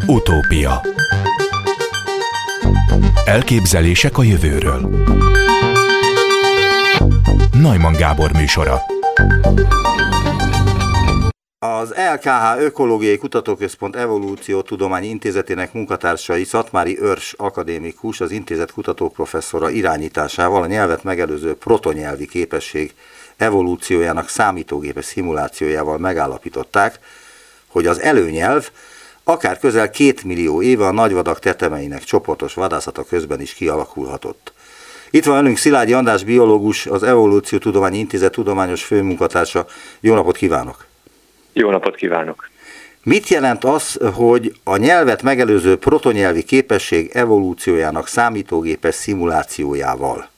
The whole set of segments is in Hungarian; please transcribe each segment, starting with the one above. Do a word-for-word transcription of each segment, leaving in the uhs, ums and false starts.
Utópia. Elképzelések a jövőről. Neumann Gábor műsora. Az el ká há Ökológiai Kutatóközpont Evolúciótudományi Intézetének munkatársai Szatmári Őrs akadémikus, az intézet kutatóprofesszora irányításával a nyelvet megelőző protonyelvi képesség evolúciójának számítógépes szimulációjával megállapították, hogy az előnyelv akár közel két millió éve a nagyvadak tetemeinek csoportos vadászata közben is kialakulhatott. Itt van önünk Szilágyi András biológus, az Evolúciótudományi Intézet tudományos főmunkatársa. Jó napot kívánok! Jó napot kívánok! Mit jelent az, hogy a nyelvet megelőző protonyelvi képesség evolúciójának számítógépes szimulációjával?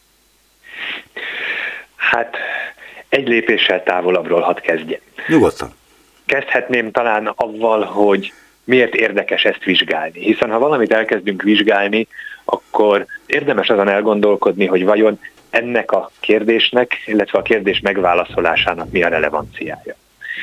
Hát egy lépéssel távolabbról hadd kezdjem. Nyugodtan. Kezdhetném talán avval, hogy miért érdekes ezt vizsgálni. Hiszen ha valamit elkezdünk vizsgálni, akkor érdemes azon elgondolkodni, hogy vajon ennek a kérdésnek, illetve a kérdés megválaszolásának mi a relevanciája.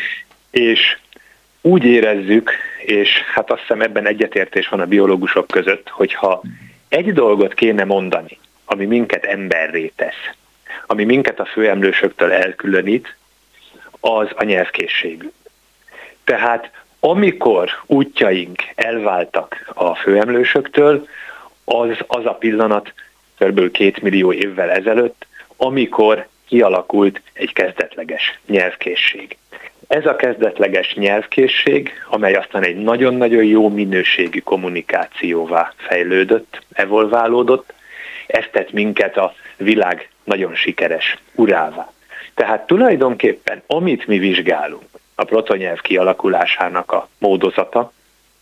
És úgy érezzük, és hát azt hiszem ebben egyetértés van a biológusok között, hogyha egy dolgot kéne mondani, ami minket emberré tesz, ami minket a főemlősöktől elkülönít, az a nyelvkészségünk. Tehát amikor útjaink elváltak a főemlősöktől, az az a pillanat kb. két millió évvel ezelőtt, amikor kialakult egy kezdetleges nyelvkészség. Ez a kezdetleges nyelvkészség, amely aztán egy nagyon-nagyon jó minőségű kommunikációvá fejlődött, evolválódott, ez tett minket a világ nagyon sikeres urává. Tehát tulajdonképpen, amit mi vizsgálunk, a protonyelv kialakulásának a módozata,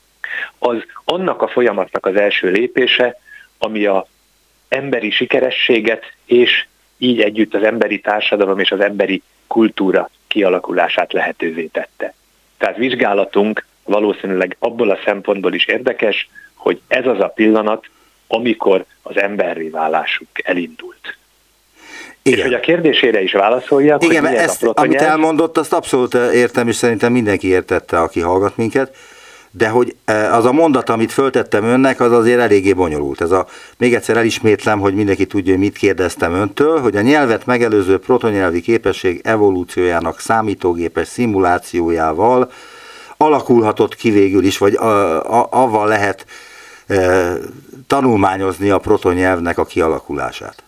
az annak a folyamatnak az első lépése, ami az emberi sikerességet, és így együtt az emberi társadalom és az emberi kultúra kialakulását lehetővé tette. Tehát vizsgálatunk valószínűleg abból a szempontból is érdekes, hogy ez az a pillanat, amikor az emberré válásuk elindult. Igen. És hogy a kérdésére is válaszoljak, igen, hogy mi ez ezt, a protonyelv. amit elmondott, azt abszolút értem, és szerintem mindenki értette, aki hallgat minket, de hogy az a mondat, amit föltettem önnek, az azért eléggé bonyolult. Ez a, még egyszer elismétlem, hogy mindenki tudja, hogy mit kérdeztem öntől, hogy a nyelvet megelőző protonyelvi képesség evolúciójának számítógépes szimulációjával alakulhatott ki végül is, vagy a, a, avval lehet e, tanulmányozni a protonyelvnek a kialakulását.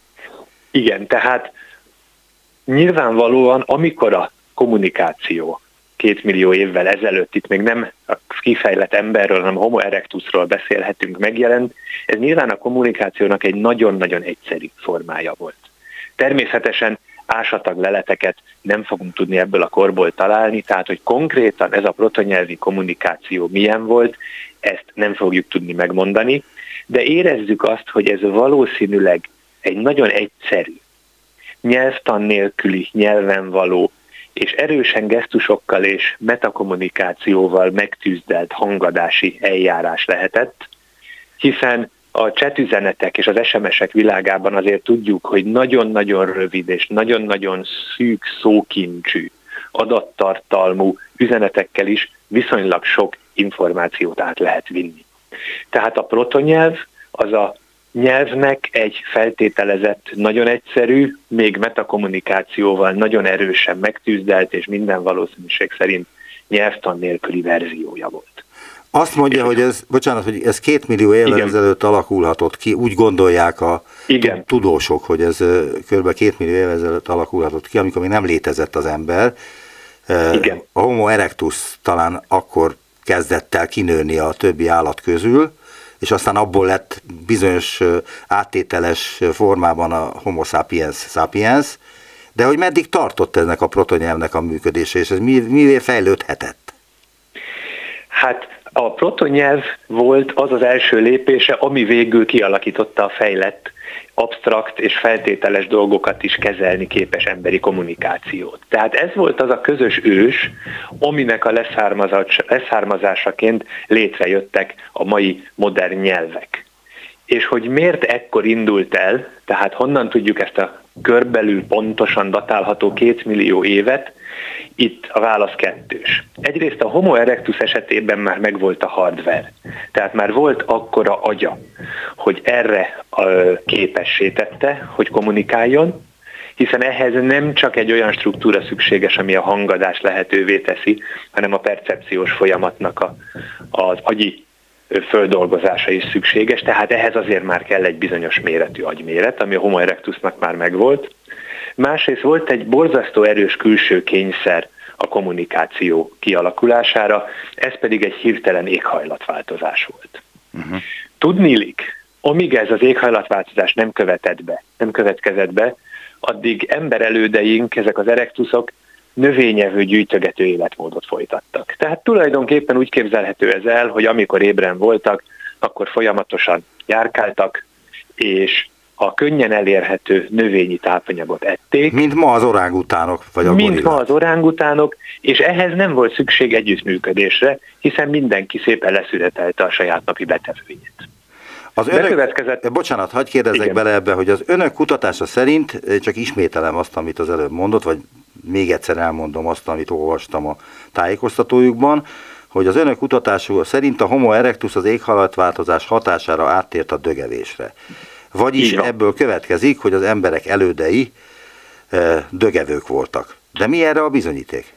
Igen, tehát nyilvánvalóan, amikor a kommunikáció két millió évvel ezelőtt, itt még nem a kifejlett emberről, hanem homo erectusról beszélhetünk, megjelent, ez nyilván a kommunikációnak egy nagyon-nagyon egyszerű formája volt. Természetesen ásatag leleteket nem fogunk tudni ebből a korból találni, tehát hogy konkrétan ez a protonyelvi kommunikáció milyen volt, ezt nem fogjuk tudni megmondani, de érezzük azt, hogy ez valószínűleg egy nagyon egyszerű, nyelvtan nélküli, nyelven való, és erősen gesztusokkal és metakommunikációval megtűzdelt hangadási eljárás lehetett, hiszen a chatüzenetek és az es em esek világában azért tudjuk, hogy nagyon-nagyon rövid és nagyon-nagyon szűk szókincsű, adattartalmú üzenetekkel is viszonylag sok információt át lehet vinni. Tehát a protonyelv az a nyelvnek egy feltételezett, nagyon egyszerű, még metakommunikációval nagyon erősen megtűzdelt, és minden valószínűség szerint nyelvtan nélküli verziója volt. Azt mondja, és hogy ez, bocsánat, hogy ez két millió évvel ezelőtt alakulhatott ki, úgy gondolják a igen. tudósok, hogy ez kb. két millió évvel ezelőtt alakulhatott ki, amikor még nem létezett az ember. Igen. A homo erectus talán akkor kezdett el kinőni a többi állat közül, és aztán abból lett bizonyos áttételes formában a homo sapiens sapiens, de hogy meddig tartott ennek a protonyelvnek a működése, és ez mivé fejlődhetett? Hát a protonyelv volt az az első lépése, ami végül kialakította a fejlett, absztrakt és feltételes dolgokat is kezelni képes emberi kommunikációt. Tehát ez volt az a közös ős, aminek a leszármazásaként létrejöttek a mai modern nyelvek. És hogy miért ekkor indult el, tehát honnan tudjuk ezt a körbelül pontosan datálható két millió évet, itt a válasz kettős. Egyrészt a Homo erectus esetében már megvolt a hardware, tehát már volt akkora agya, hogy erre képessé tette, hogy kommunikáljon, hiszen ehhez nem csak egy olyan struktúra szükséges, ami a hangadást lehetővé teszi, hanem a percepciós folyamatnak a, az agyi földolgozása is szükséges, tehát ehhez azért már kell egy bizonyos méretű agyméret, ami a Homo erectusnak már megvolt. Másrészt volt egy borzasztó erős külső kényszer a kommunikáció kialakulására, ez pedig egy hirtelen éghajlatváltozás volt. Uh-huh. Tudniillik, amíg ez az éghajlatváltozás nem követett be, nem következett be, addig emberelődeink, ezek az erektuszok növényevő gyűjtögető életmódot folytattak. Tehát tulajdonképpen úgy képzelhető ez el, hogy amikor ébren voltak, akkor folyamatosan járkáltak, és a könnyen elérhető növényi tápanyagot ették. Mint ma az orángutánok, vagy a Mint gorillák. ma az orángutánok, és ehhez nem volt szükség együttműködésre, hiszen mindenki szépen leszületelte a saját napi betevőjét. Az önök, bocsánat, hagyj kérdezzek Igen. bele ebbe, hogy az önök kutatása szerint, csak ismételem azt, amit az előbb mondott, vagy még egyszer elmondom azt, amit olvastam a tájékoztatójukban, hogy az önök kutatása szerint a Homo erectus az éghajlatváltozás hatására áttért a dögevésre. Vagyis ebből következik, hogy az emberek elődei dögevők voltak. De mi erre a bizonyíték?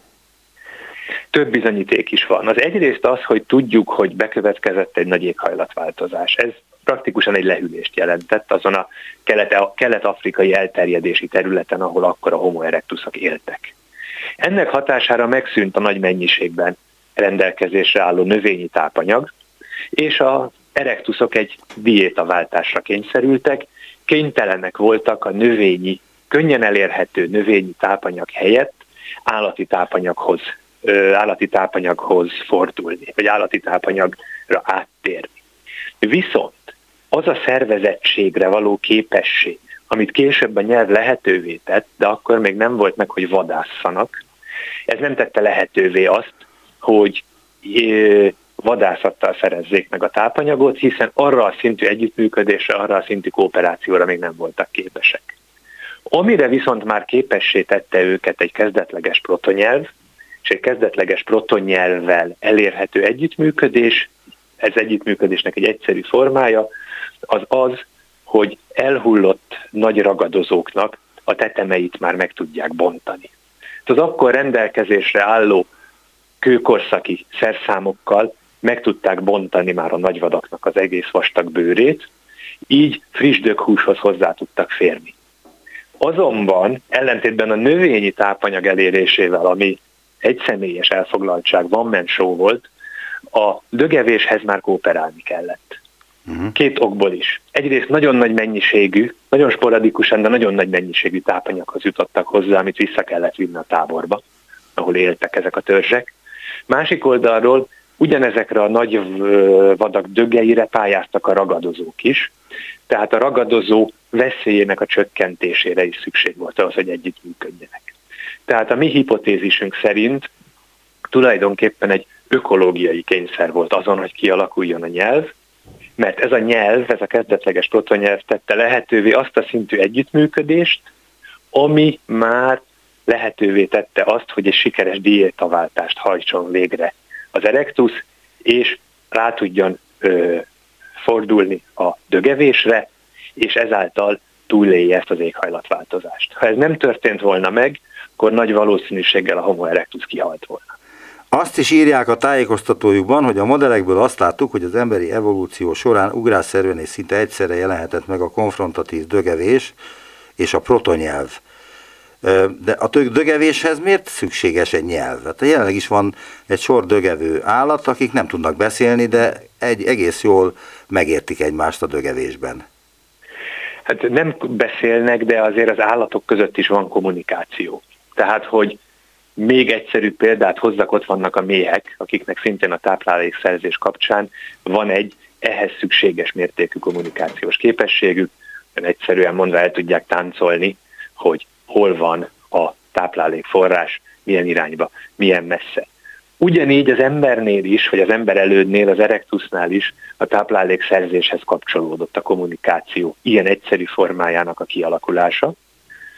Több bizonyíték is van. Az egyrészt az, hogy tudjuk, hogy bekövetkezett egy nagy éghajlatváltozás. Ez praktikusan egy lehűlést jelentett azon a kelet-afrikai elterjedési területen, ahol akkor a Homo erectusok éltek. Ennek hatására megszűnt a nagy mennyiségben rendelkezésre álló növényi tápanyag, és az erektuszok egy diétaváltásra kényszerültek, kénytelenek voltak a növényi, könnyen elérhető növényi tápanyag helyett állati tápanyaghoz, állati tápanyaghoz fordulni, vagy állati tápanyagra áttérni. Viszont az a szervezettségre való képesség, amit később a nyelv lehetővé tett, de akkor még nem volt meg, hogy vadásszanak, ez nem tette lehetővé azt, hogy vadászattal szerezzék meg a tápanyagot, hiszen arra a szintű együttműködésre, arra a szintű kooperációra még nem voltak képesek. Amire viszont már képessé tette őket egy kezdetleges protonyelv, és egy kezdetleges protonyelvvel elérhető együttműködés, ez együttműködésnek egy egyszerű formája, az az, hogy elhullott nagy ragadozóknak a tetemeit már meg tudják bontani. Az akkor rendelkezésre álló kőkorszaki szerszámokkal meg tudták bontani már a nagyvadaknak az egész vastag bőrét, így friss döghúshoz hozzá tudtak férni. Azonban ellentétben a növényi tápanyag elérésével, ami egyszemélyes elfoglaltság, one man show volt, a dögevéshez már kooperálni kellett. Uh-huh. Két okból is. Egyrészt nagyon nagy mennyiségű, nagyon sporadikusan, de nagyon nagy mennyiségű tápanyaghoz jutottak hozzá, amit vissza kellett vinni a táborba, ahol éltek ezek a törzsek. Másik oldalról ugyanezekre a nagy vadak dögeire pályáztak a ragadozók is, tehát a ragadozó veszélyének a csökkentésére is szükség volt ahhoz, hogy együttműködjenek. Tehát a mi hipotézisünk szerint tulajdonképpen egy ökológiai kényszer volt azon, hogy kialakuljon a nyelv, mert ez a nyelv, ez a kezdetleges protonyelv tette lehetővé azt a szintű együttműködést, ami már lehetővé tette azt, hogy egy sikeres diétaváltást hajtson végre az erektusz, és rá tudjon ö, fordulni a dögevésre, és ezáltal túlélje ezt az éghajlatváltozást. Ha ez nem történt volna meg, akkor nagy valószínűséggel a Homo erectus kihalt volna. Azt is írják a tájékoztatójukban, hogy a modellekből azt láttuk, hogy az emberi evolúció során ugrásszerűen és szinte egyszerre jelenhetett meg a konfrontatív dögevés és a protonyelv. De a dögevéshez miért szükséges egy nyelv? Hát jelenleg is van egy sor dögevő állat, akik nem tudnak beszélni, de egy egész jól megértik egymást a dögevésben. Hát nem beszélnek, de azért az állatok között is van kommunikáció. Tehát, hogy még egyszerűbb példát hozzak, ott vannak a méhek, akiknek szintén a táplálékszerzés kapcsán van egy ehhez szükséges mértékű kommunikációs képességük, egyszerűen mondva el tudják táncolni, hogy hol van a táplálékforrás, milyen irányba, milyen messze. Ugyanígy az embernél is, vagy az ember elődnél, az erektusnál is a táplálékszerzéshez kapcsolódott a kommunikáció ilyen egyszerű formájának a kialakulása.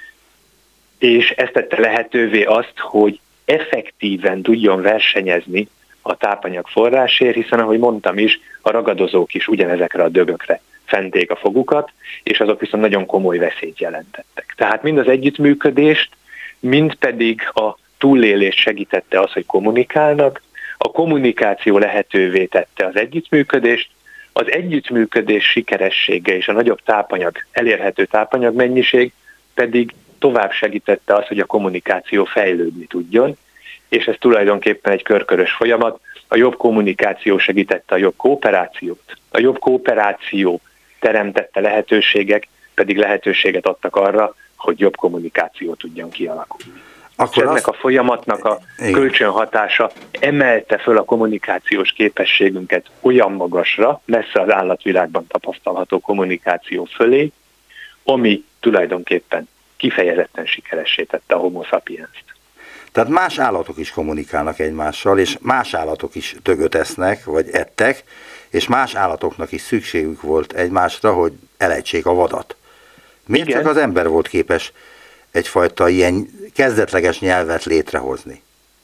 és ezt tette lehetővé azt, hogy effektíven tudjon versenyezni a tápanyag forrásért, hiszen ahogy mondtam is, a ragadozók is ugyanezekre a dögökre fenték a fogukat, és azok viszont nagyon komoly veszélyt jelentettek. Tehát mind az együttműködést, mind pedig a túlélést segítette az, hogy kommunikálnak, a kommunikáció lehetővé tette az együttműködést, az együttműködés sikeressége és a nagyobb tápanyag, elérhető tápanyag mennyiség pedig tovább segítette azt, hogy a kommunikáció fejlődni tudjon, és ez tulajdonképpen egy körkörös folyamat. A jobb kommunikáció segítette a jobb kooperációt. A jobb kooperáció teremtette lehetőségek, pedig lehetőséget adtak arra, hogy jobb kommunikáció tudjon kialakulni. Akkor és ennek azt... a folyamatnak a Igen. kölcsönhatása emelte föl a kommunikációs képességünket olyan magasra, messze az állatvilágban tapasztalható kommunikáció fölé, ami tulajdonképpen kifejezetten sikeressé tette a Homo sapiens-t. Tehát más állatok is kommunikálnak egymással, és más állatok is dögöt esznek, vagy ettek, és más állatoknak is szükségük volt egymásra, hogy elejtsék a vadat. Miért Igen. csak az ember volt képes egyfajta ilyen kezdetleges nyelvet létrehozni?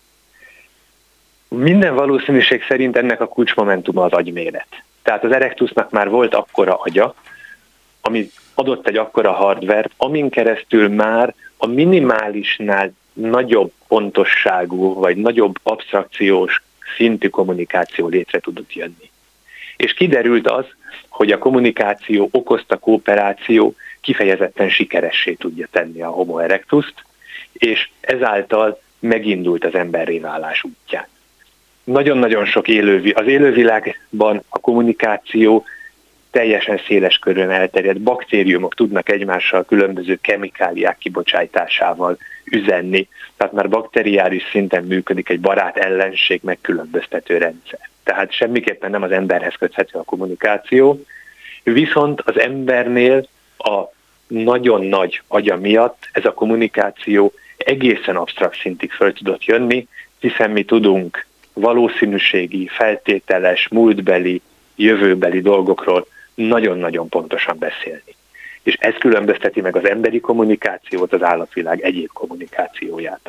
Minden valószínűség szerint ennek a kulcsmomentuma az agyméret. Tehát az Erectusnak már volt akkora agya, ami adott egy akkora hardvert, amin keresztül már a minimálisnál nagyobb pontosságú, vagy nagyobb absztrakciós szintű kommunikáció létre tudott jönni. És kiderült az, hogy a kommunikáció okozta kooperáció kifejezetten sikeressé tudja tenni a Homo erectust, és ezáltal megindult az emberré válás útján. Nagyon-nagyon sok élővi, az élővilágban a kommunikáció teljesen széles körön elterjedt. Baktériumok tudnak egymással különböző kemikáliák kibocsátásával üzenni, tehát már bakteriáris szinten működik egy barát-ellenség megkülönböztető rendszer. Tehát semmiképpen nem az emberhez köthető a kommunikáció, viszont az embernél a nagyon nagy agya miatt ez a kommunikáció egészen absztrakt szintig föl tudott jönni, hiszen mi tudunk valószínűségi, feltételes, múltbeli, jövőbeli dolgokról nagyon-nagyon pontosan beszélni. És ez különbözteti meg az emberi kommunikációt az állatvilág egyéb kommunikációjától.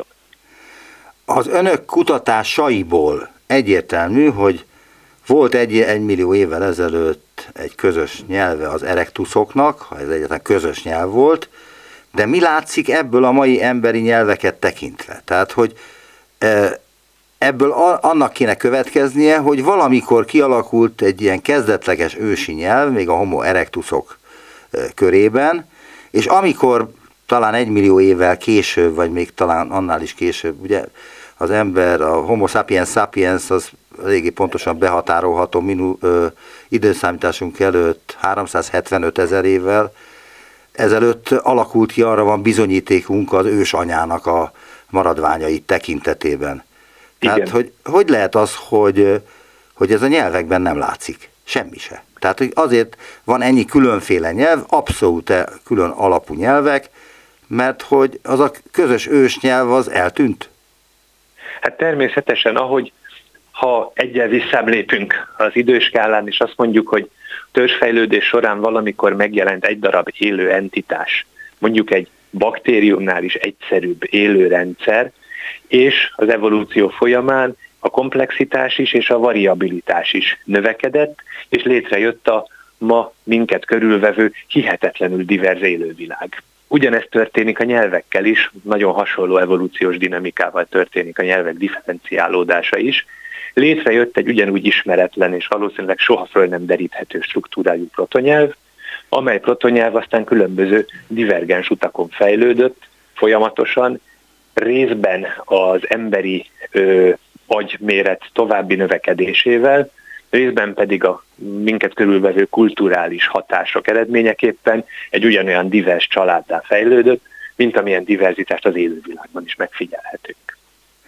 Az önök kutatásaiból egyértelmű, hogy volt egy, egy millió évvel ezelőtt egy közös nyelve az erectusoknak, ha ez egyáltalán közös nyelv volt, de mi látszik ebből a mai emberi nyelveket tekintve? Tehát, hogy ebből annak kéne következnie, hogy valamikor kialakult egy ilyen kezdetleges ősi nyelv, még a Homo erectusok körében, és amikor talán egy millió évvel később, vagy még talán annál is később, ugye az ember, a Homo sapiens sapiens, az eléggé pontosan behatárolható minu, ö, időszámításunk előtt háromszázhetvenöt ezer évvel ezelőtt alakult ki, arra van bizonyítékunk az ősanyának a maradványai tekintetében. Tehát, hogy, hogy lehet az, hogy, hogy ez a nyelvekben nem látszik? Semmi se. Tehát, hogy azért van ennyi különféle nyelv, abszolút külön alapú nyelvek, mert hogy az a közös ősnyelv az eltűnt? Hát természetesen, ahogy ha egyel visszáblépünk az időskálán, és azt mondjuk, hogy törzsfejlődés során valamikor megjelent egy darab élő entitás, mondjuk egy baktériumnál is egyszerűbb élő rendszer, és az evolúció folyamán a komplexitás is és a variabilitás is növekedett, és létrejött a ma minket körülvevő hihetetlenül diverz élővilág. Ugyanezt történik a nyelvekkel is, nagyon hasonló evolúciós dinamikával történik a nyelvek differenciálódása is. Létrejött egy ugyanúgy ismeretlen és valószínűleg soha föl nem deríthető struktúrájú protonyelv, amely protonyelv aztán különböző divergens utakon fejlődött folyamatosan, részben az emberi ö, agyméret további növekedésével, részben pedig a minket körülvevő kulturális hatások eredményeképpen egy ugyanolyan divers családdá fejlődött, mint amilyen diverzitást az élővilágban is megfigyelhetünk.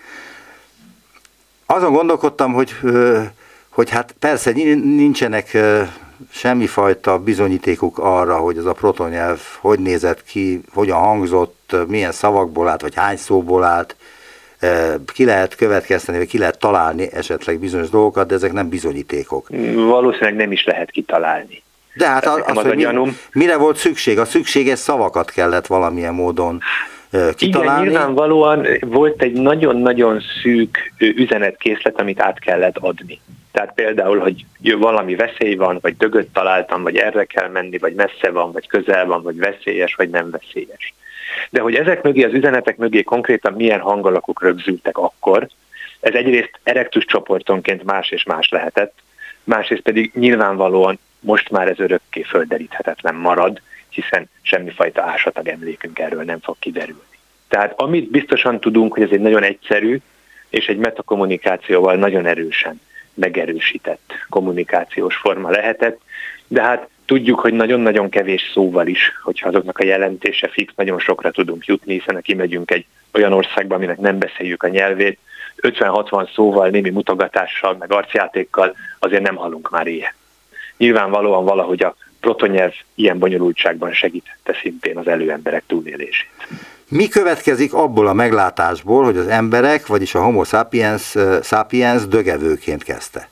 Azon gondolkodtam, hogy, hogy hát persze nincsenek semmifajta bizonyítékuk arra, hogy ez a protonyelv hogy nézett ki, hogyan hangzott, milyen szavakból állt, vagy hány szóból állt. Ki lehet következteni, vagy ki lehet találni esetleg bizonyos dolgokat, de ezek nem bizonyítékok. Valószínűleg nem is lehet kitalálni. De hát az, az, az hogy mi, mire volt szükség? A szükséges szavakat kellett valamilyen módon kitalálni. Igen, nyilvánvalóan volt egy nagyon-nagyon szűk üzenetkészlet, amit át kellett adni. Tehát például, hogy valami veszély van, vagy dögöt találtam, vagy erre kell menni, vagy messze van, vagy közel van, vagy veszélyes, vagy nem veszélyes. De hogy ezek mögé, az üzenetek mögé konkrétan milyen hangalakok rögzültek akkor, ez egyrészt erektus csoportonként más és más lehetett, másrészt pedig nyilvánvalóan most már ez örökké földeríthetetlen marad, hiszen semmifajta ásatag emlékünk erről nem fog kiderülni. Tehát amit biztosan tudunk, hogy ez egy nagyon egyszerű és egy metakommunikációval nagyon erősen megerősített kommunikációs forma lehetett, de hát tudjuk, hogy nagyon-nagyon kevés szóval is, hogyha azoknak a jelentése fix, nagyon sokra tudunk jutni, hiszen ha kimegyünk egy olyan országba, aminek nem beszéljük a nyelvét, ötven-hatvan szóval, némi mutogatással, meg arcjátékkal azért nem halunk már ilyen. Nyilvánvalóan valahogy a protonyelv ilyen bonyolultságban segítette szintén az előemberek túlélését. Mi következik abból a meglátásból, hogy az emberek, vagyis a homo sapiens, sapiens dögevőként kezdte?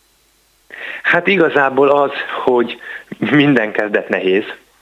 Hát igazából az, hogy minden kezdet nehéz,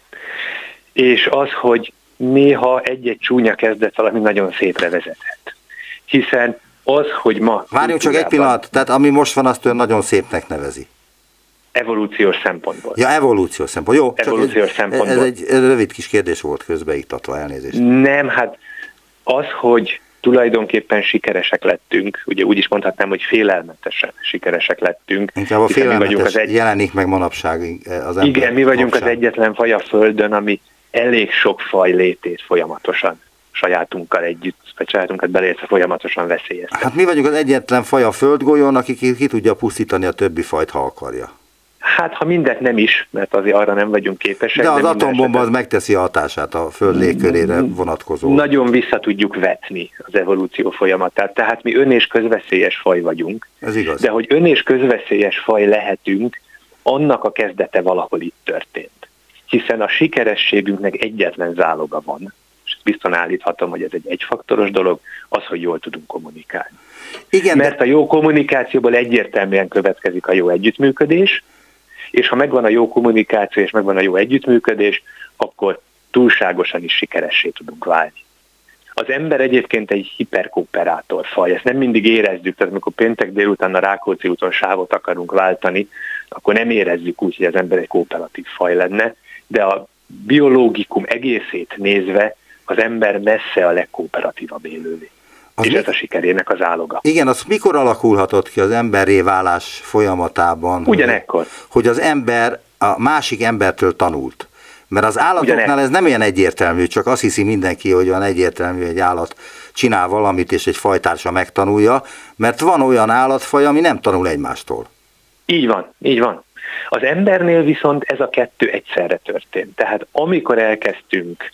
és az, hogy néha egy-egy csúnya kezdet valami nagyon szépre vezethet. Hiszen az, hogy ma... Várjunk csak egy pillanat, tehát ami most van, azt ön nagyon szépnek nevezi. Evolúciós szempontból. Ja, evolúciós szempontból. Jó, evolúciós ez, szempontból. Ez egy rövid kis kérdés volt közbeiktatva, elnézést. Nem, hát az, hogy tulajdonképpen sikeresek lettünk, ugye úgy is mondhatnám, hogy félelmetesen sikeresek lettünk. Inkább a félelmetes az egy... jelenik meg manapság az ember. Igen, mi vagyunk manapság. Az egyetlen faj a Földön, ami elég sok faj létét folyamatosan sajátunkkal együtt, vagy sajátunkat beleértve folyamatosan veszélyeztet. Hát mi vagyunk az egyetlen faj a Földgolyón, aki ki, ki tudja pusztítani a többi fajt, ha akarja. Hát, ha mindet nem is, mert azért arra nem vagyunk képesek. De az de atombomba az megteszi a hatását a Föld légkörére vonatkozó. Nagyon vissza tudjuk vetni az evolúció folyamatát. Tehát mi ön- és közveszélyes faj vagyunk. Ez igaz. De hogy ön- és közveszélyes faj lehetünk, annak a kezdete valahol itt történt. Hiszen a sikerességünknek egyetlen záloga van. És biztosan állíthatom, hogy ez egy egyfaktoros dolog, az, hogy jól tudunk kommunikálni. Igen, mert de... a jó kommunikációból egyértelműen következik a jó együttműködés, és ha megvan a jó kommunikáció, és megvan a jó együttműködés, akkor túlságosan is sikeressé tudunk válni. Az ember egyébként egy hiperkooperátor faj, ezt nem mindig érezzük, tehát amikor péntek délután a Rákóczi úton sávot akarunk váltani, akkor nem érezzük úgy, hogy az ember egy kooperatív faj lenne, de a biológikum egészét nézve az ember messze a legkooperatívabb élőlény. Az és mi... ez a sikerének az áloga. Igen, az mikor alakulhatott ki az emberré válás folyamatában? Ugyanekkor. Hogy, hogy az ember a másik embertől tanult. Mert az állatoknál Ugyanek. Ez nem olyan egyértelmű, csak azt hiszi mindenki, hogy olyan egyértelmű, hogy egy állat csinál valamit, és egy fajtársa megtanulja, mert van olyan állatfaj, ami nem tanul egymástól. Így van, így van. Az embernél viszont ez a kettő egyszerre történt. Tehát amikor elkezdtünk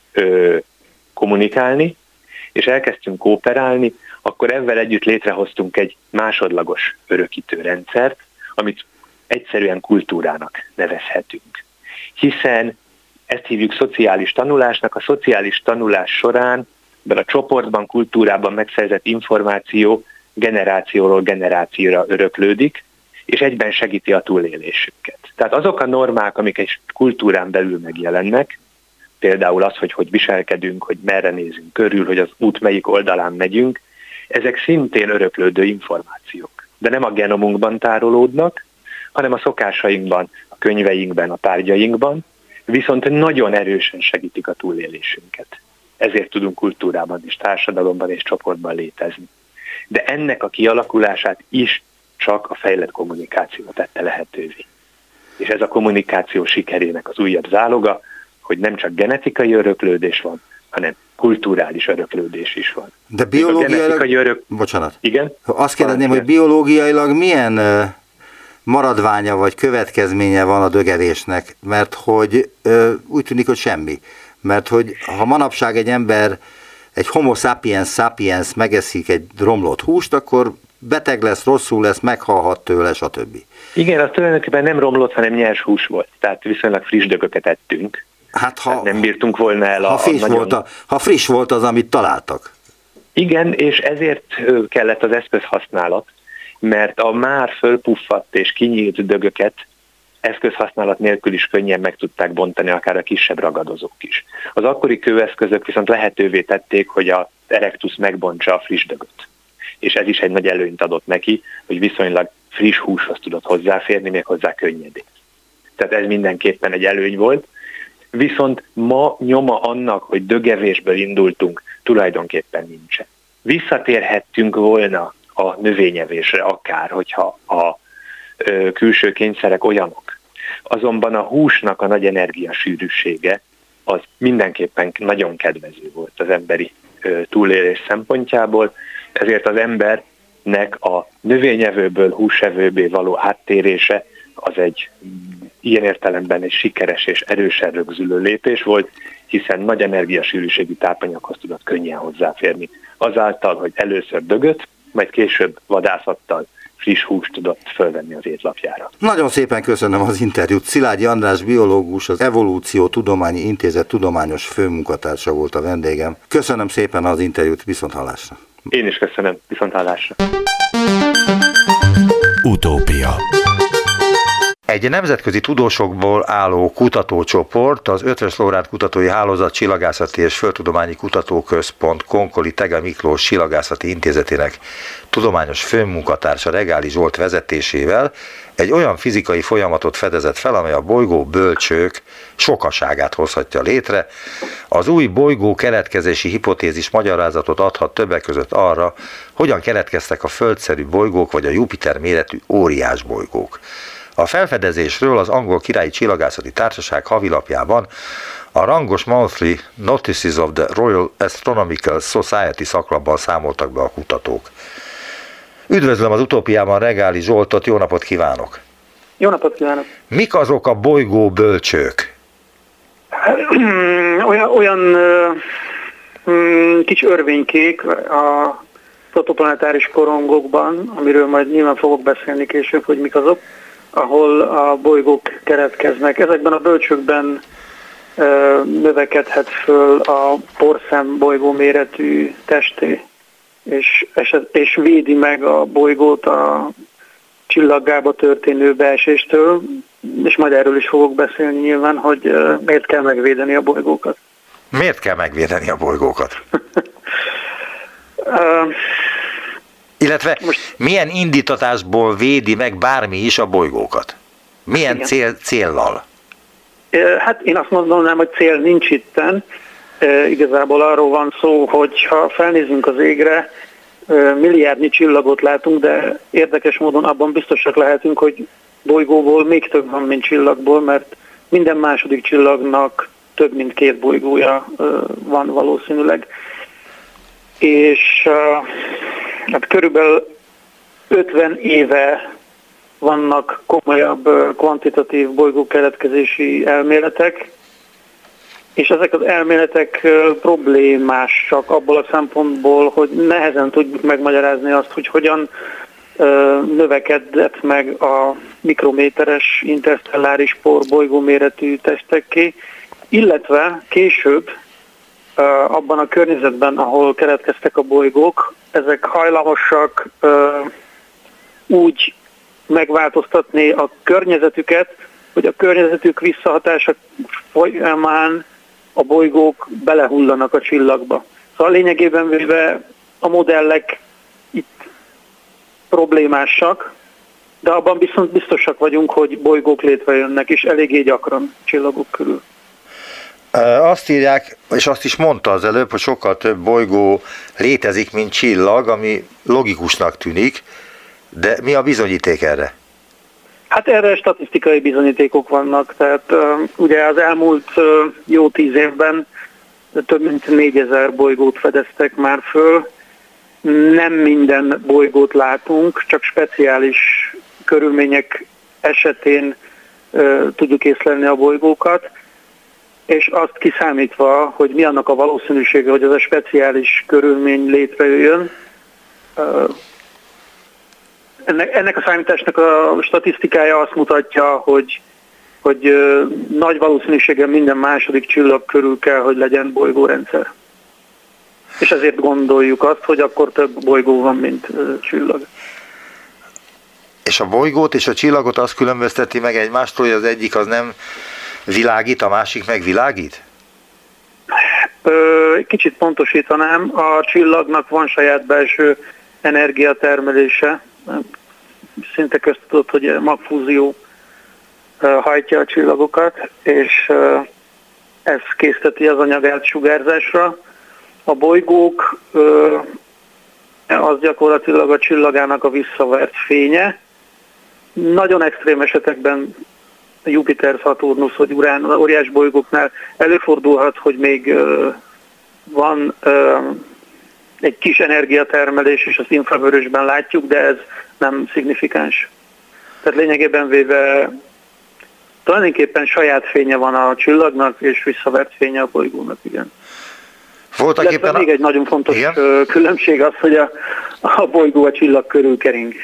ö, kommunikálni, és elkezdtünk kooperálni, akkor ezzel együtt létrehoztunk egy másodlagos örökítő rendszert, amit egyszerűen kultúrának nevezhetünk. Hiszen ezt hívjuk szociális tanulásnak, a szociális tanulás során, de a csoportban, kultúrában megszerzett információ generációról generációra öröklődik, és egyben segíti a túlélésünket. Tehát azok a normák, amik egy kultúrán belül megjelennek, például az, hogy hogy viselkedünk, hogy merre nézünk körül, hogy az út melyik oldalán megyünk, ezek szintén öröklődő információk. De nem a genomunkban tárolódnak, hanem a szokásainkban, a könyveinkben, a tárgyainkban, viszont nagyon erősen segítik a túlélésünket. Ezért tudunk kultúrában és társadalomban és csoportban létezni. De ennek a kialakulását is csak a fejlett kommunikáció tette lehetővé. És ez a kommunikáció sikerének az újabb záloga, hogy nem csak genetikai öröklődés van, hanem kulturális öröklődés is van. De biológiailag... Örök... Bocsánat. Igen? Azt kérdezném, hogy biológiailag milyen maradványa vagy következménye van a dögevésnek, mert hogy úgy tűnik, hogy semmi. Mert hogy ha manapság egy ember, egy homo sapiens sapiens megeszik egy romlott húst, akkor beteg lesz, rosszul lesz, meghalhat tőle, stb. Igen, az tulajdonképpen nem romlott, hanem nyers hús volt. Tehát viszonylag friss dögöket ettünk. Hát ha, nem bírtunk volna el a... Ha friss, a nagyon... volt a, ha friss volt az, amit találtak. Igen, és ezért kellett az eszközhasználat, mert a már fölpuffadt és kinyílt dögöket eszközhasználat nélkül is könnyen meg tudták bontani akár a kisebb ragadozók is. Az akkori kőeszközök viszont lehetővé tették, hogy az erectus megbontsa a friss dögöt. És ez is egy nagy előnyt adott neki, hogy viszonylag friss húshoz tudott hozzáférni, méghozzá könnyedén. Tehát ez mindenképpen egy előny volt. Viszont ma nyoma annak, hogy dögevésből indultunk, tulajdonképpen nincsen. Visszatérhettünk volna a növényevésre akár, hogyha a ö, külső kényszerek olyanok. Azonban a húsnak a nagy energiasűrűsége az mindenképpen nagyon kedvező volt az emberi ö, túlélés szempontjából, ezért az embernek a növényevőből húsevőbbé való áttérése az egy ilyen értelemben egy sikeres és erősen rögzülő lépés volt, hiszen nagy energiasűrűségű tápanyaghoz tudott könnyen hozzáférni. Azáltal, hogy először dögöt, majd később vadászattal friss húst tudott fölvenni az étlapjára. Nagyon szépen köszönöm az interjút. Szilágyi András biológus, az Evolúció Tudományi Intézet tudományos főmunkatársa volt a vendégem. Köszönöm szépen az interjút, viszonthallásra. Én is köszönöm, viszonthallásra. Utópia. Egy nemzetközi tudósokból álló kutatócsoport, az Eötvös Loránd Kutatói Hálózat Csillagászati és Földtudományi Kutatóközpont Konkoli Thege Miklós Csillagászati Intézetének tudományos főmunkatársa Regáli Zsolt vezetésével egy olyan fizikai folyamatot fedezett fel, amely a bolygó bölcsők sokaságát hozhatja létre. Az új bolygó keletkezési hipotézis magyarázatot adhat többek között arra, hogyan keletkeztek a földszerű bolygók vagy a Jupiter méretű óriás bolygók. A felfedezésről az Angol Királyi Csillagászati Társaság havilapjában a rangos Monthly Notices of the Royal Astronomical Society szaklapban számoltak be a kutatók. Üdvözlöm az Utópiában Regáli Zsoltot, jó napot kívánok! Jó napot kívánok! Mik azok a bolygó bölcsők? olyan olyan uh, kis örvénykék a protoplanetáris korongokban, amiről majd nyilván fogok beszélni később, hogy mik azok, ahol a bolygók keletkeznek. Ezekben a bölcsőkben ö, növekedhet föl a porszem bolygó méretű testé, és, eset, és védi meg a bolygót a csillaggába történő beeséstől, és majd erről is fogok beszélni nyilván, hogy ö, miért kell megvédeni a bolygókat. Miért kell megvédeni a bolygókat? uh, Illetve most milyen indítatásból védi meg bármi is a bolygókat? Milyen cél, céllal? Hát én azt mondanám, hogy cél nincs itten. Igazából arról van szó, hogy ha felnézünk az égre, milliárdnyi csillagot látunk, de érdekes módon abban biztosak lehetünk, hogy bolygóból még több van, mint csillagból, mert minden második csillagnak több mint két bolygója van valószínűleg. És hát körülbelül ötven éve vannak komolyabb kvantitatív bolygókeletkezési elméletek, és ezek az elméletek problémásak abból a szempontból, hogy nehezen tudjuk megmagyarázni azt, hogy hogyan növekedett meg a mikrométeres interstelláris por bolygóméretű testekké, illetve később abban a környezetben, ahol keletkeztek a bolygók, ezek hajlamosak úgy megváltoztatni a környezetüket, hogy a környezetük visszahatása folyamán a bolygók belehullanak a csillagba. Szóval lényegében véve a modellek itt problémásak, de abban viszont biztosak vagyunk, hogy bolygók létrejönnek, és eléggé gyakran csillagok körül. Azt írják, és azt is mondta az előbb, hogy sokkal több bolygó létezik, mint csillag, ami logikusnak tűnik, de mi a bizonyíték erre? Hát erre statisztikai bizonyítékok vannak, tehát uh, ugye az elmúlt uh, jó tíz évben több mint négyezer bolygót fedeztek már föl. Nem minden bolygót látunk, csak speciális körülmények esetén uh, tudjuk észlelni a bolygókat, és azt kiszámítva, hogy mi annak a valószínűsége, hogy ez a speciális körülmény létrejöjjön. Ennek, ennek a számításnak a statisztikája azt mutatja, hogy, hogy nagy valószínűséggel minden második csillag körül kell, hogy legyen bolygórendszer. És ezért gondoljuk azt, hogy akkor több bolygó van, mint csillag. És És a bolygót és a csillagot azt különbözteti meg egymástól, hogy az egyik az nem világít, a másik meg világít? Ö, kicsit pontosítanám, a csillagnak van saját belső energiatermelése, szinte köztudott, hogy magfúzió hajtja a csillagokat, és ez készteti az anyagát sugárzásra. A bolygók az gyakorlatilag a csillagának a visszavert fénye. Nagyon extrém esetekben Jupiter, Szaturnusz vagy Urán, óriás bolygóknál előfordulhat, hogy még van egy kis energiatermelés, és az infravörösben látjuk, de ez nem szignifikáns. Tehát lényegében véve tulajdonképpen saját fénye van a csillagnak, és visszavert fénye a bolygónak, igen. Voltak éppen még a... egy nagyon fontos igen? különbség az, hogy a, a bolygó a csillag körül kering.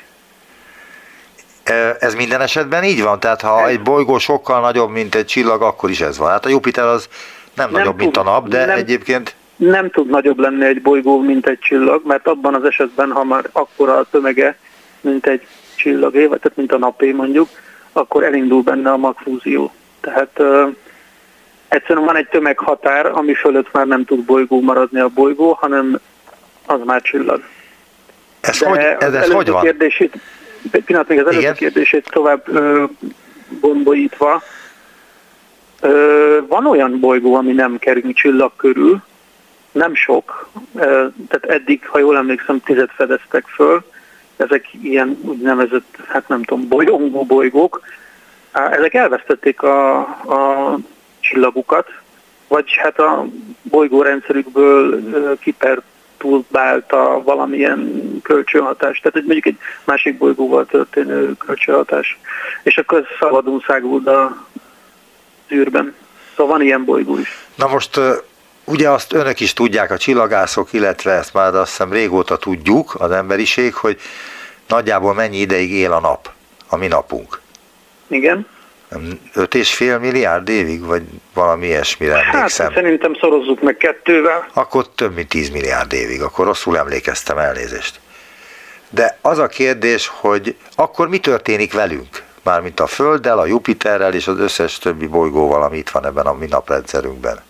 Ez minden esetben így van? Tehát ha egy bolygó sokkal nagyobb, mint egy csillag, akkor is ez van. Hát a Jupiter az nem, nem nagyobb, tud, mint a nap, de nem, egyébként... Nem tud nagyobb lenni egy bolygó, mint egy csillag, mert abban az esetben, ha már akkora a tömege, mint egy csillagé, vagy tehát mint a napé mondjuk, akkor elindul benne a magfúzió. Tehát uh, egyszerűen van egy tömeghatár, ami fölött már nem tud bolygó maradni a bolygó, hanem az már csillag. Ez hogy, ez, ez hogy van? Kérdését, pillanat, még az előző Igen? kérdését tovább uh, gondolítva, uh, van olyan bolygó, ami nem kerül csillag körül, nem sok, uh, tehát eddig, ha jól emlékszem, tizet fedeztek föl, ezek ilyen úgynevezett, hát nem tudom, bolyongó bolygók, ezek elvesztették a, a csillagukat, vagy hát a bolygórendszerükből kiperturbálta valamilyen kölcsönhatás, tehát mondjuk egy másik bolygóval történő kölcsönhatás, és akkor ez szabadon száguld a űrben. Szóval van ilyen bolygó is. Na most ugye azt önök is tudják, a csillagászok, illetve ezt már azt hiszem régóta tudjuk, az emberiség, hogy nagyjából mennyi ideig él a nap, a mi napunk. Igen. öt és fél milliárd évig, vagy valami ilyesmire emlékszem. Hát szerintem szorozzuk meg kettővel. Akkor több mint tíz milliárd évig, akkor rosszul emlékeztem, elnézést. De az a kérdés, hogy akkor mi történik velünk? Mármint a Földdel, a Jupiterrel és az összes többi bolygóval, ami itt van ebben a mi naprendszerünkben.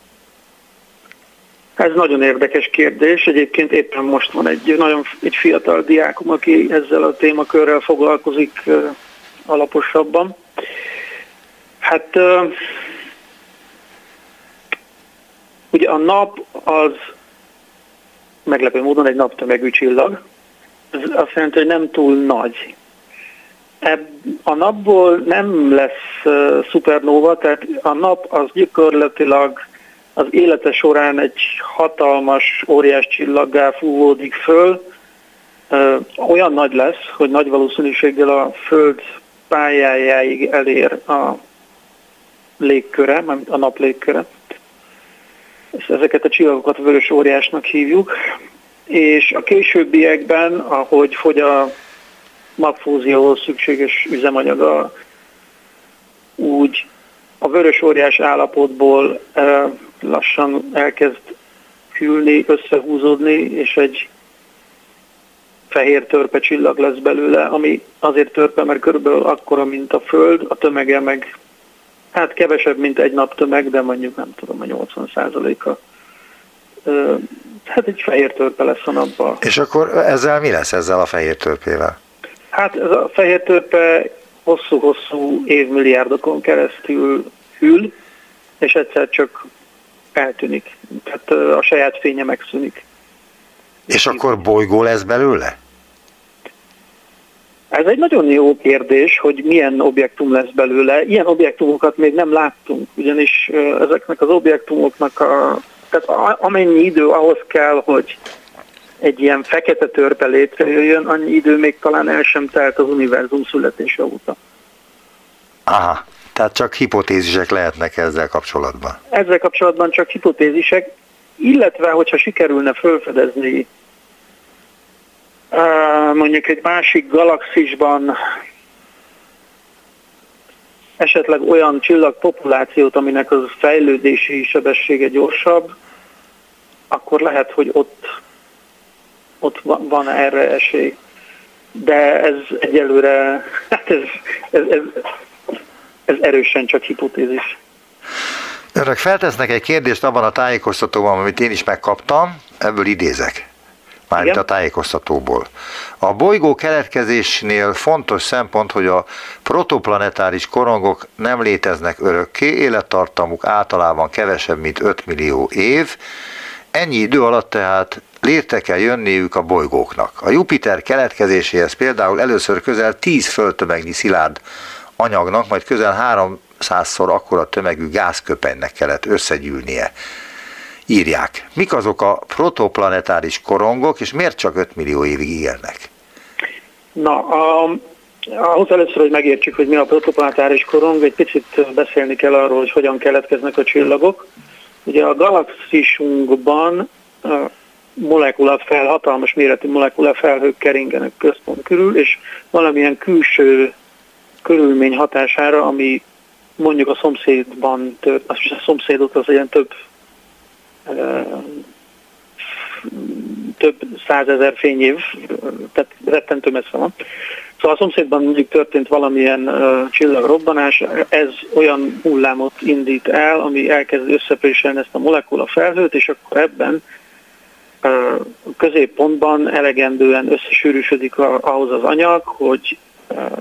Ez nagyon érdekes kérdés. Egyébként éppen most van egy nagyon egy fiatal diákom, aki ezzel a témakörrel foglalkozik uh, alaposabban. Hát uh, ugye a nap az meglepő módon egy naptömegű csillag. Ez azt jelenti, hogy nem túl nagy. A napból nem lesz uh, szupernóva, tehát a nap az gyakorlatilag az élete során egy hatalmas, óriás csillaggá fúvódik föl, olyan nagy lesz, hogy nagy valószínűséggel a Föld pályájáig elér a légköre, a nap légköre. Ezeket a csillagokat vörös óriásnak hívjuk, és a későbbiekben, ahogy fogy a magfúzióhoz szükséges üzemanyaga, úgy a vörös óriás állapotból lassan elkezd hűlni, összehúzódni, és egy fehér törpe csillag lesz belőle, ami azért törpe, mert körülbelül akkora, mint a Föld, a tömege meg hát kevesebb, mint egy nap tömeg, de mondjuk nem tudom, a nyolcvan százaléka. Hát egy fehér törpe lesz a napban. És akkor ezzel mi lesz ezzel a fehér törpével? Hát ez a fehér törpe hosszú-hosszú évmilliárdokon keresztül hűl, és egyszer csak eltűnik. Tehát a saját fénye megszűnik. És akkor bolygó lesz belőle? Ez egy nagyon jó kérdés, hogy milyen objektum lesz belőle. Ilyen objektumokat még nem láttunk, ugyanis ezeknek az objektumoknak a, tehát amennyi idő ahhoz kell, hogy egy ilyen fekete törpe létrejöjjön, annyi idő még talán el sem telt az univerzum születése óta. Aha, tehát csak hipotézisek lehetnek ezzel kapcsolatban. Ezzel kapcsolatban csak hipotézisek, illetve hogyha sikerülne felfedezni mondjuk egy másik galaxisban esetleg olyan csillagpopulációt, aminek az fejlődési sebessége gyorsabb, akkor lehet, hogy ott, ott van erre esély. de ez egyelőre, hát ez, ez, ez, ez erősen csak hipotézis. Önök feltesznek egy kérdést abban a tájékoztatóban, amit én is megkaptam, ebből idézek. Mármint a tájékoztatóból. A bolygó keletkezésnél fontos szempont, hogy a protoplanetáris korongok nem léteznek örökké, élettartamuk általában kevesebb, mint öt millió év. Ennyi idő alatt tehát létre kell jönniük a bolygóknak. A Jupiter keletkezéséhez például először közel tíz földtömegnyi szilárd anyagnak, majd közel háromszázszor akkora tömegű gázköpenynek kellett összegyűlnie. Írják. Mik azok a protoplanetáris korongok, és miért csak öt millió évig élnek? Na, a, ahhoz először, hogy megértsük, hogy mi a protoplanetáris korong, egy picit beszélni kell arról, hogy hogyan keletkeznek a csillagok. Ugye a galaxisunkban molekulafel, hatalmas méretű molekulaffelhők keringenek központ körül, és valamilyen külső körülmény hatására, ami mondjuk a szomszédban tört, az a szomszédot az ilyen több több százezer fényév, tehát rettentő messze van. Szóval a szomszédban mondjuk történt valamilyen uh, csillagrobbanás, ez olyan hullámot indít el, ami elkezd összepréselni ezt a molekula felhőt, és akkor ebben uh, középpontban elegendően összesűrűsödik a, ahhoz az anyag, hogy uh,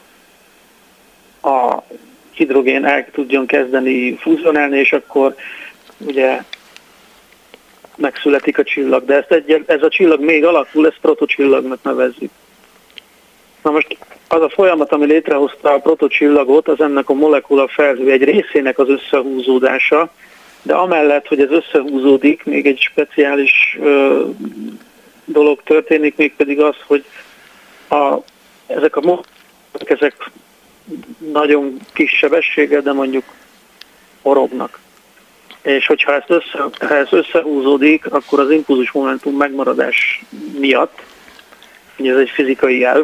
a hidrogén el tudjon kezdeni fúzionálni, és akkor ugye megszületik a csillag, de ezt egy, ez a csillag még alakul, ezt protocsillagnak nevezzük. Na most az a folyamat, ami létrehozta a protocsillagot, az ennek a molekula felhő egy részének az összehúzódása, de amellett, hogy ez összehúzódik, még egy speciális ö, dolog történik, mégpedig az, hogy a, ezek a molekulák, ezek nagyon kis sebességgel, de mondjuk forognak. És hogyha ez, össze, ha ez összehúzódik, akkor az impulzus momentum megmaradás miatt, ugye ez egy fizikai elv,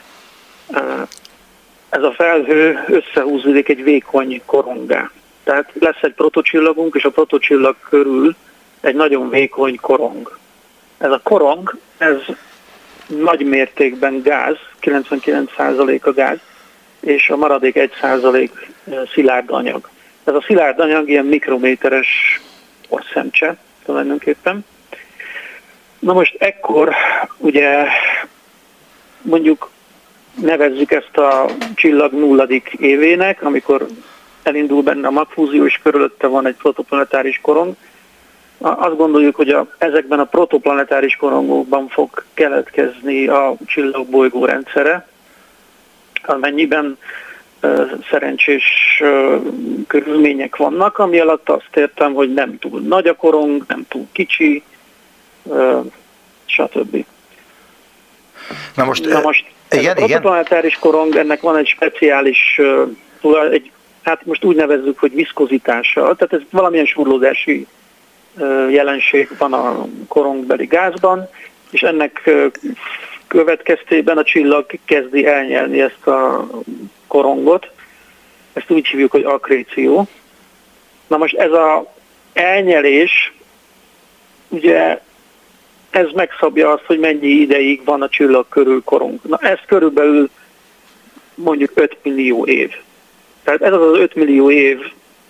ez a felhő összehúzódik egy vékony koronggá. Tehát lesz egy protocsillagunk, és a protocsillag körül egy nagyon vékony korong. Ez a korong, ez nagy mértékben gáz, kilencvenkilenc százalék a gáz, és a maradék egy százalék szilárd anyag. Ez a szilárd anyag ilyen mikrométeres porszemcse tulajdonképpen. Na most ekkor ugye mondjuk nevezzük ezt a csillag nulladik évének, amikor elindul benne a magfúzió, és körülötte van egy protoplanetáris korong. Azt gondoljuk, hogy a, ezekben a protoplanetáris korongokban fog keletkezni a csillagbolygó rendszere, amennyiben uh, szerencsés uh, körülmények vannak, ami alatt azt értem, hogy nem túl nagy a korong, nem túl kicsi, uh, stb. Na most, Na most igen, ez a protoplanetáris korong, ennek van egy speciális, uh, egy, hát most úgy nevezzük, hogy viszkozitása, tehát ez valamilyen surlódási uh, jelenség van a korongbeli gázban, és ennek uh, következtében a csillag kezdi elnyelni ezt a korongot. Ezt úgy hívjuk, hogy akkréció. Na most ez az elnyelés, ugye ez megszabja azt, hogy mennyi ideig van a csillag körül korong. Na ez körülbelül mondjuk öt millió év. Tehát ez az az öt millió év,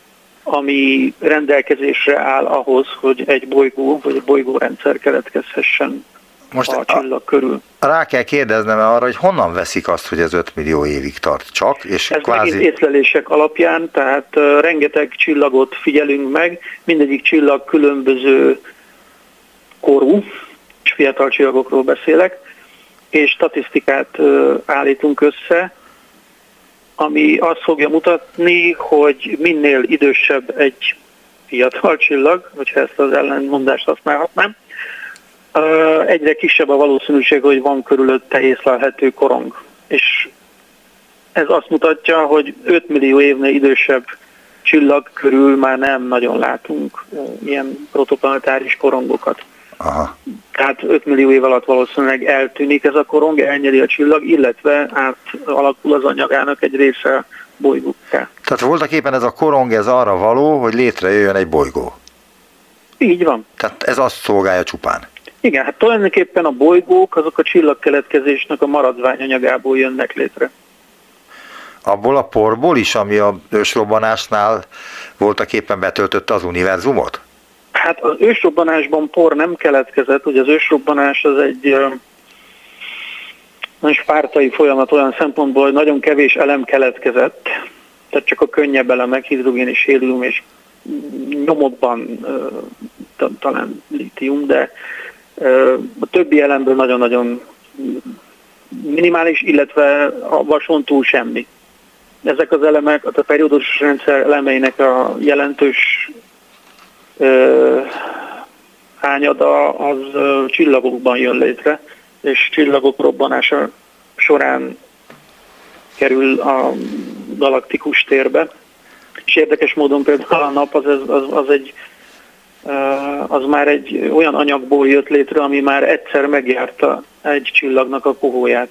ami rendelkezésre áll ahhoz, hogy egy bolygó vagy egy bolygórendszer keletkezhessen most a csillag körül. Rá kell kérdeznem arra, hogy honnan veszik azt, hogy ez öt millió évig tart csak, és ez kvázi... megint észlelések alapján, tehát uh, rengeteg csillagot figyelünk meg, mindegyik csillag különböző korú, és fiatal csillagokról beszélek, és statisztikát uh, állítunk össze, ami azt fogja mutatni, hogy minél idősebb egy fiatal csillag, hogyha ezt az ellenmondást használhatnám, egyre kisebb a valószínűség, hogy van körülötte észlelhető korong. És ez azt mutatja, hogy öt millió évnél idősebb csillag körül már nem nagyon látunk ilyen protoplanetáris korongokat. Aha. Tehát öt millió év alatt valószínűleg eltűnik ez a korong, elnyeli a csillag, illetve átalakul az anyagának egy része bolygókká. Tehát voltak éppen ez a korong, ez arra való, hogy létrejöjjön egy bolygó. Így van. Tehát ez azt szolgálja csupán. Igen, hát tulajdonképpen a bolygók azok a csillagkeletkezésnek a maradványanyagából jönnek létre. Abból a porból is, ami a ősrobbanásnál voltak éppen betöltötte az univerzumot? Hát az ősrobbanásban por nem keletkezett, ugye az ősrobbanás az egy ö, nagyon spártai folyamat olyan szempontból, hogy nagyon kevés elem keletkezett, tehát csak a könnyebb elemek, hidrogén és hélium és nyomokban ö, talán lítium, de ö, a többi elemből nagyon-nagyon minimális, illetve a vason túl semmi. Ezek az elemek, a periódusos rendszer elemeinek a jelentős ö, hányada az ö, csillagokban jön létre, és csillagok robbanása során kerül a galaktikus térbe. És érdekes módon például a nap az, az, az, egy, az már egy olyan anyagból jött létre, ami már egyszer megjárta egy csillagnak a kohóját.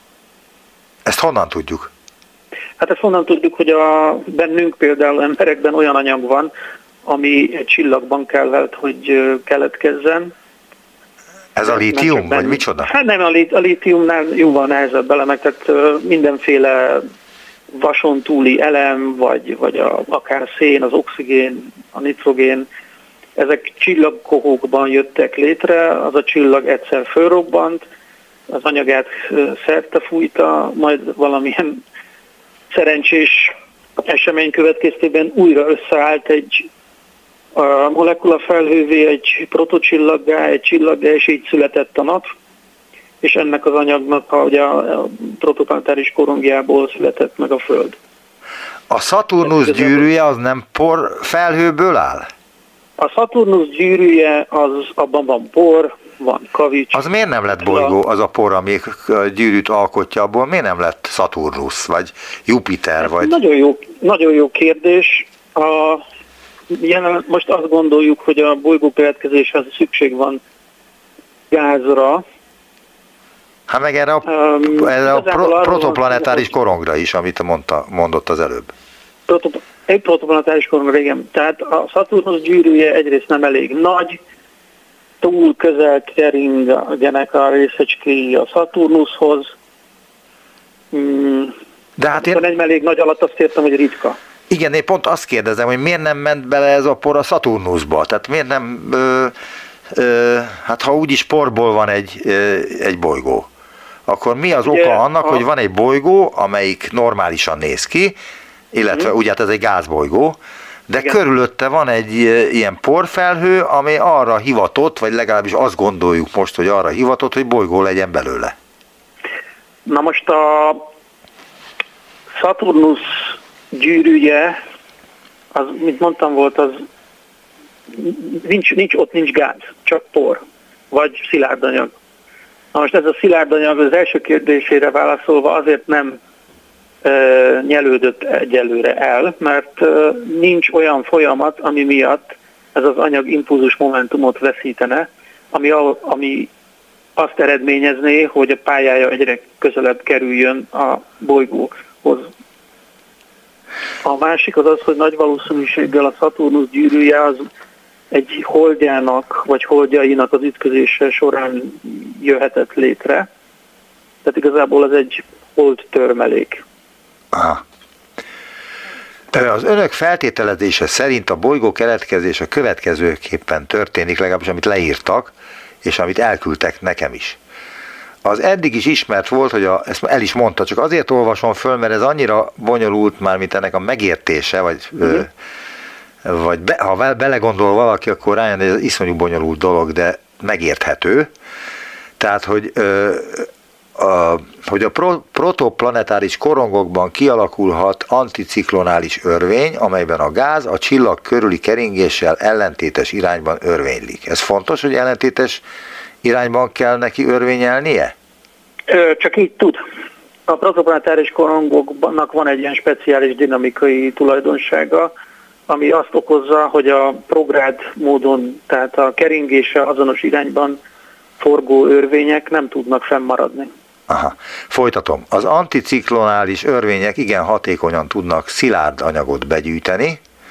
Ezt honnan tudjuk? Hát ezt honnan tudjuk, hogy a bennünk például emberekben olyan anyag van, ami egy csillagban kellett, hogy keletkezzen. Ez a lítium, vagy micsoda? Hát nem, a, lí- a lítiumnál jóval nehezebb elemek, tehát mindenféle vason túli elem, vagy, vagy a, akár szén, az oxigén, a nitrogén, ezek csillagkohókban jöttek létre, az a csillag egyszer fölrobbant, az anyagát szerte fújta, majd valamilyen szerencsés esemény következtében újra összeállt egy a molekulafelhővé, egy protocsillaggá, egy csillaggá, és így született a nap, és ennek az anyagnak a, ugye a protoplanetáris korongjából született meg a Föld. A Szaturnusz gyűrűje az nem por felhőből áll? A Szaturnusz gyűrűje, az abban van por, van kavics. Az miért nem lett bolygó, az a por, ami a gyűrűt alkotja, abból miért nem lett Szaturnusz, vagy Jupiter? Vagy... Nagyon jó, nagyon jó kérdés. A, jelen, most azt gondoljuk, hogy a bolygó keletkezéshez szükség van gázra. Hát meg erre a, um, erre a pro, protoplanetáris korongra is, amit mondta, mondott az előbb. Proto, egy protoplanetáris korongra, igen. Tehát a Szaturnusz gyűrűje egyrészt nem elég nagy, túl közel keringenek a részecskéi a Szaturnuszhoz. Hmm. De hát én... egy elég nagy alatt azt értem, hogy ritka. Igen, én pont azt kérdezem, hogy miért nem ment bele ez a por a Szaturnuszba? Tehát miért nem... Ö, ö, hát ha úgyis porból van egy, ö, egy bolygó, akkor mi az ugye, oka annak, a... hogy van egy bolygó, amelyik normálisan néz ki, illetve hmm. ugye hát ez egy gázbolygó, de igen, körülötte van egy ilyen porfelhő, ami arra hivatott, vagy legalábbis azt gondoljuk most, hogy arra hivatott, hogy bolygó legyen belőle. Na most a Szaturnusz gyűrűje, az, mint mondtam volt, az nincs, nincs, ott nincs gáz, csak por, vagy szilárd anyag. Na most ez a szilárd anyag az első kérdésére válaszolva azért nem e, nyelődött egyelőre el, mert e, nincs olyan folyamat, ami miatt ez az anyag impulzus momentumot veszítene, ami, a, ami azt eredményezné, hogy a pályája egyre közelebb kerüljön a bolygóhoz. A másik az az, hogy nagy valószínűséggel a Szaturnusz gyűrűje az egy holdjának, vagy holdjainak az ütközése során jöhetett létre. Tehát igazából ez egy hold törmelék. Aha. Az önök feltételezése szerint a bolygó keletkezése következőképpen történik, legalábbis amit leírtak, és amit elküldtek nekem is. Az eddig is ismert volt, hogy a, ezt el is mondta, csak azért olvasom föl, mert ez annyira bonyolult már, mint ennek a megértése, vagy, mm-hmm. ö, vagy be, ha belegondol valaki, akkor rájön, hogy ez iszonyú bonyolult dolog, de megérthető. Tehát, hogy, ö, a, hogy a pro, protoplanetáris korongokban kialakulhat anticiklonális örvény, amelyben a gáz a csillag körüli keringéssel ellentétes irányban örvénylik. Ez fontos, hogy ellentétes irányban kell neki örvényelnie? Csak így tud. A protoplanetáris korongoknak van egy ilyen speciális dinamikai tulajdonsága, ami azt okozza, hogy a prográd módon, tehát a keringése azonos irányban forgó örvények nem tudnak fennmaradni. Aha. Folytatom. Az anticiklonális örvények igen hatékonyan tudnak szilárd anyagot begyűjteni,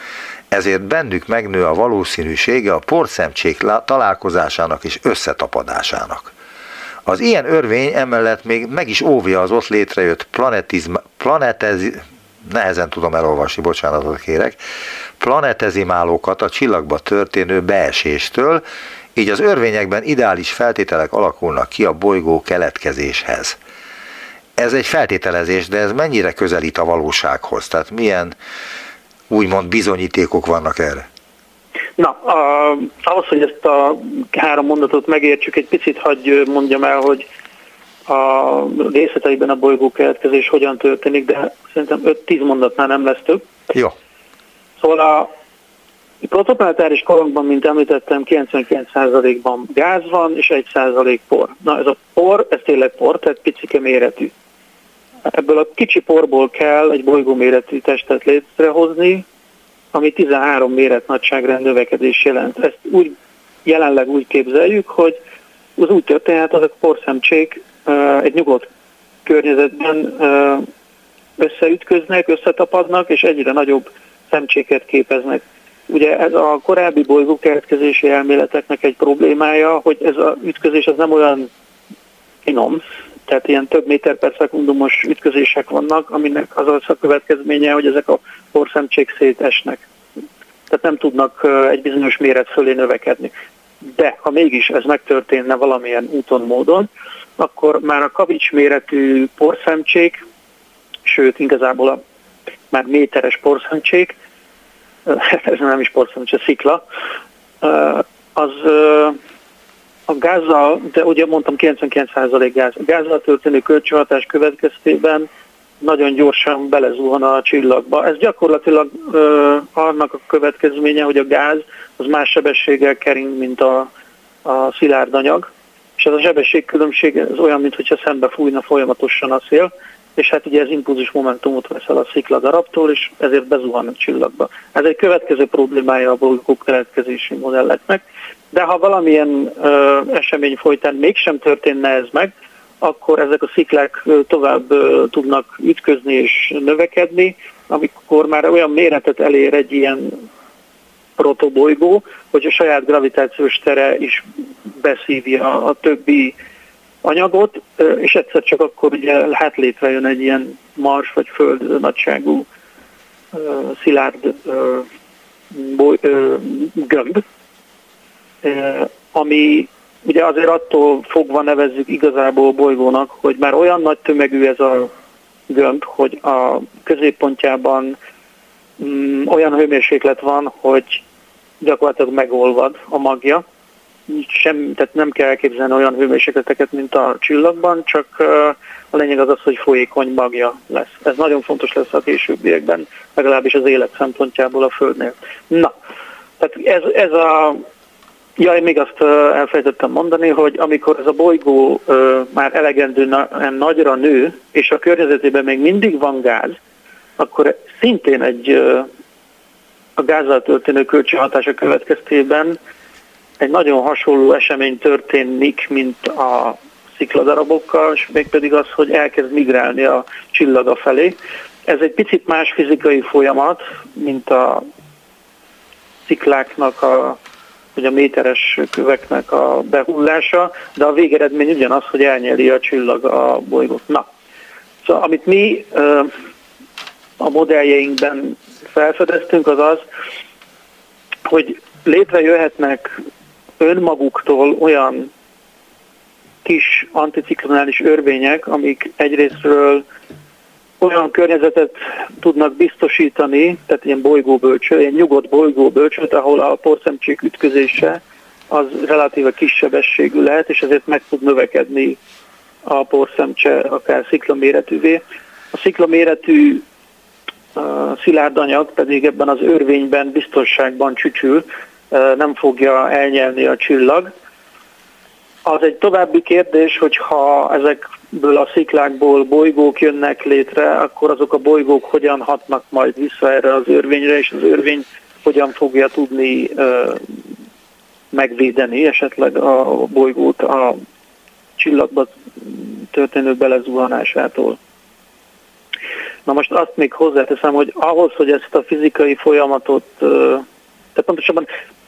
ezért bennük megnő a valószínűsége a porszemcsék találkozásának és összetapadásának. Az ilyen örvény emellett még meg is óvja az ott létrejött planetizm, planetezi, nehezen tudom elolvasni, bocsánatot kérek, planetezimálókat a csillagba történő beeséstől, így az örvényekben ideális feltételek alakulnak ki a bolygó keletkezéshez. Ez egy feltételezés, de ez mennyire közelít a valósághoz? Tehát milyen úgymond bizonyítékok vannak erre? Na, a, ahhoz, hogy ezt a három mondatot megértsük, egy picit hagyj mondjam el, hogy a részleteiben a bolygó keletkezés hogyan történik, de szerintem öt-tíz mondatnál nem lesz több. Jó. Szóval a protoplanetáris korongban, mint említettem, kilencvenkilenc százalékban gáz van, és egy százalék por. Na, ez a por, ez tényleg por, tehát picike méretű. Ebből a kicsi porból kell egy bolygó méretű testet létrehozni, ami tizenhárom méret nagyságrend növekedés jelent. Ezt úgy, jelenleg úgy képzeljük, hogy az úgy történhet, azok a porszemcsék egy nyugodt környezetben összeütköznek, összetapadnak, és egyre nagyobb szemcséket képeznek. Ugye ez a korábbi bolygókeletkezési elméleteknek egy problémája, hogy ez az ütközés az nem olyan finom, tehát ilyen több méter per szekundumos ütközések vannak, aminek az az a következménye, hogy ezek a porszemcsék szétesnek. Tehát nem tudnak egy bizonyos méret fölé növekedni. De ha mégis ez megtörténne valamilyen úton, módon, akkor már a kavics méretű porszemcsék, sőt, igazából a már méteres porszemcsék, ez nem is porszemcse, szikla, az a gázzal, de ugye mondtam kilencvenkilenc százalék gáz, a gázzal történő kölcsönhatás következtében nagyon gyorsan belezuhan a csillagba. Ez gyakorlatilag ö, annak a következménye, hogy a gáz az más sebességgel kering, mint a, a szilárd anyag, és ez a sebességkülönbség az olyan, mintha szembe fújna folyamatosan a szél, és hát ugye ez impulzus momentumot vesz el a szikladarabtól, és ezért bezuhan a csillagba. Ez egy következő problémája a bolygók keletkezési modelleknek, de ha valamilyen ö, esemény folytán mégsem történne ez meg, akkor ezek a sziklák tovább tudnak ütközni és növekedni, amikor már olyan méretet elér egy ilyen protobolygó, hogy a saját gravitációs tere is beszívja a többi anyagot, és egyszer csak akkor ugye hát létrejön egy ilyen Mars vagy Föld nagyságú szilárd boly- gömb, ami ugye azért attól fogva nevezzük igazából bolygónak, hogy már olyan nagy tömegű ez a gömb, hogy a középpontjában mm, olyan hőmérséklet van, hogy gyakorlatilag megolvad a magja. Sem, tehát nem kell elképzelni olyan hőmérsékleteket, mint a csillagban, csak a lényeg az az, hogy folyékony magja lesz. Ez nagyon fontos lesz a későbbiekben, legalábbis az élet szempontjából a Földnél. Na, tehát ez, ez a... Ja, én még azt elfelejtettem mondani, hogy amikor ez a bolygó már elegendően nagyra nő, és a környezetében még mindig van gáz, akkor szintén egy a gázzal történő kölcsönhatása következtében egy nagyon hasonló esemény történik, mint a szikladarabokkal, és mégpedig az, hogy elkezd migrálni a csillaga felé. Ez egy picit más fizikai folyamat, mint a szikláknak a hogy a méteres köveknek a behullása, de a végeredmény ugyanaz, hogy elnyeli a csillag a bolygót. Na, szóval amit mi a modelljeinkben felfedeztünk, az az, hogy létrejöhetnek önmaguktól olyan kis anticiklonális örvények, amik egyrésztről olyan környezetet tudnak biztosítani, tehát ilyen bolygóbölcső, ilyen nyugodt bolygóbölcsőt, ahol a porszemcsék ütközése az relatíve kis sebességű lehet, és ezért meg tud növekedni a porszemcse akár sziklaméretűvé. A sziklaméretű uh, szilárd anyag pedig ebben az örvényben biztonságban csücsül, uh, nem fogja elnyelni a csillag. Az egy további kérdés, hogy ha ezekből a sziklákból bolygók jönnek létre, akkor azok a bolygók hogyan hatnak majd vissza erre az örvényre, és az örvény hogyan fogja tudni uh, megvédeni esetleg a bolygót a csillagba történő belezuhanásától. Na most azt még hozzáteszem, hogy ahhoz, hogy ezt a fizikai folyamatot, tehát pontosabban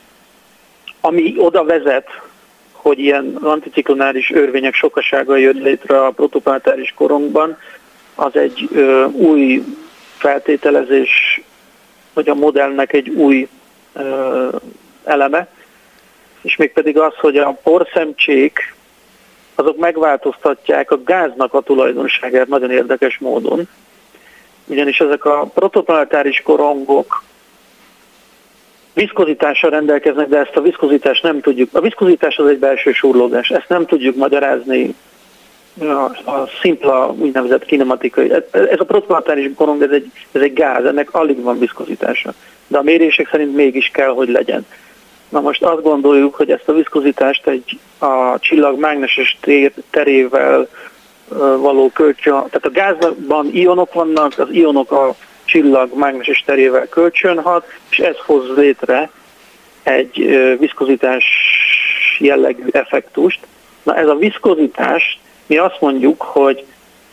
ami oda vezet, hogy ilyen anticiklonális örvények sokasága jött létre a protoplanetáris korunkban, az egy ö, új feltételezés, vagy a modellnek egy új ö, eleme, és mégpedig az, hogy a porszemcsék azok megváltoztatják a gáznak a tulajdonságát nagyon érdekes módon, ugyanis ezek a protoplanetáris korongok viszkozitással rendelkeznek, de ezt a viszkozitást nem tudjuk. A viszkozitás az egy belső súrlódás, ezt nem tudjuk magyarázni a, a szimpla úgynevezett kinematikai. Ez a protoplanetáris korong, ez egy, ez egy gáz, ennek alig van viszkozitása. De a mérések szerint mégis kell, hogy legyen. Na most azt gondoljuk, hogy ezt a viszkozitást egy a csillag mágneses terével való kölcsön, tehát a gázban ionok vannak, az ionok a csillag mágneses terével kölcsönhat, és ez hoz létre egy viszkozitás jellegű effektust. Na ez a viszkozitás, mi azt mondjuk, hogy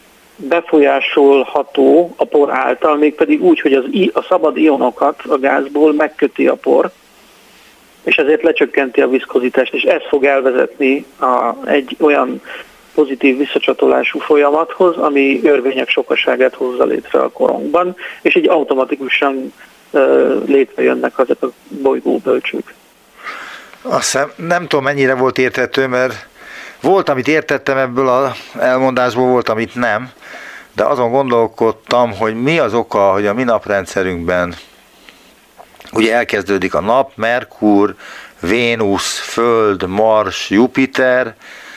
befolyásolható a por által, mégpedig úgy, hogy az, a szabad ionokat a gázból megköti a por, és ezért lecsökkenti a viszkozitást, és ez fog elvezetni a, egy olyan pozitív visszacsatolású folyamathoz, ami örvények sokaságát hozza létre a korongban, és így automatikusan uh, létrejönnek ezek a bolygóbölcsők. Azt hiszem, nem tudom mennyire volt érthető, mert volt, amit értettem ebből az elmondásból, volt, amit nem, de azon gondolkodtam, hogy mi az oka, hogy a mi naprendszerünkben ugye elkezdődik a nap, Merkur, Vénusz, Föld, Mars, Jupiter,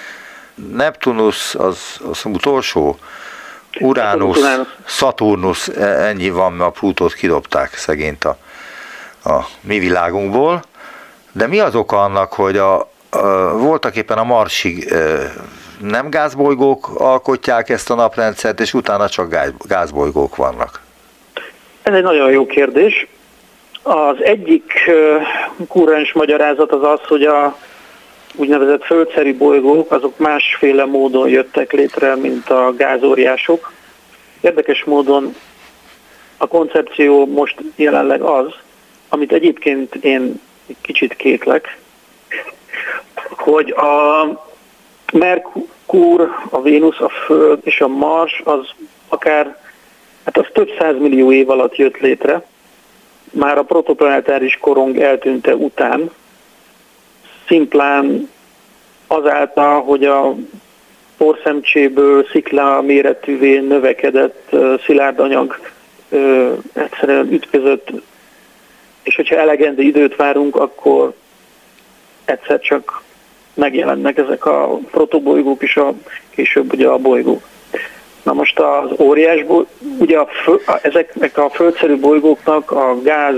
Neptunus az, az utolsó, Uranus, Saturnus, ennyi van, mert a Plutót kidobták szegényt a, a mi világunkból, de mi az oka annak, hogy a, a, voltak éppen a Marsig nem gázbolygók alkotják ezt a naprendszert, és utána csak gáz, gázbolygók vannak? Ez egy nagyon jó kérdés. Az egyik kurrens magyarázat az az, hogy a úgynevezett földszerű bolygók, azok másféle módon jöttek létre, mint a gázóriások. Érdekes módon a koncepció most jelenleg az, amit egyébként én kicsit kétlek, hogy a Merkur, a Vénusz, a Föld és a Mars az akár, hát az több százmillió év alatt jött létre, már a protoplanetáris korong eltűnte után, szimplán azáltal, hogy a porszemcséből szikla méretűvé növekedett uh, szilárd anyag uh, egyszerűen ütközött, és hogyha elegendő időt várunk, akkor egyszer csak megjelennek ezek a protobolygók és a később ugye a bolygók. Na most az óriás, ugye a fö, ezeknek a földszerű bolygóknak a gáz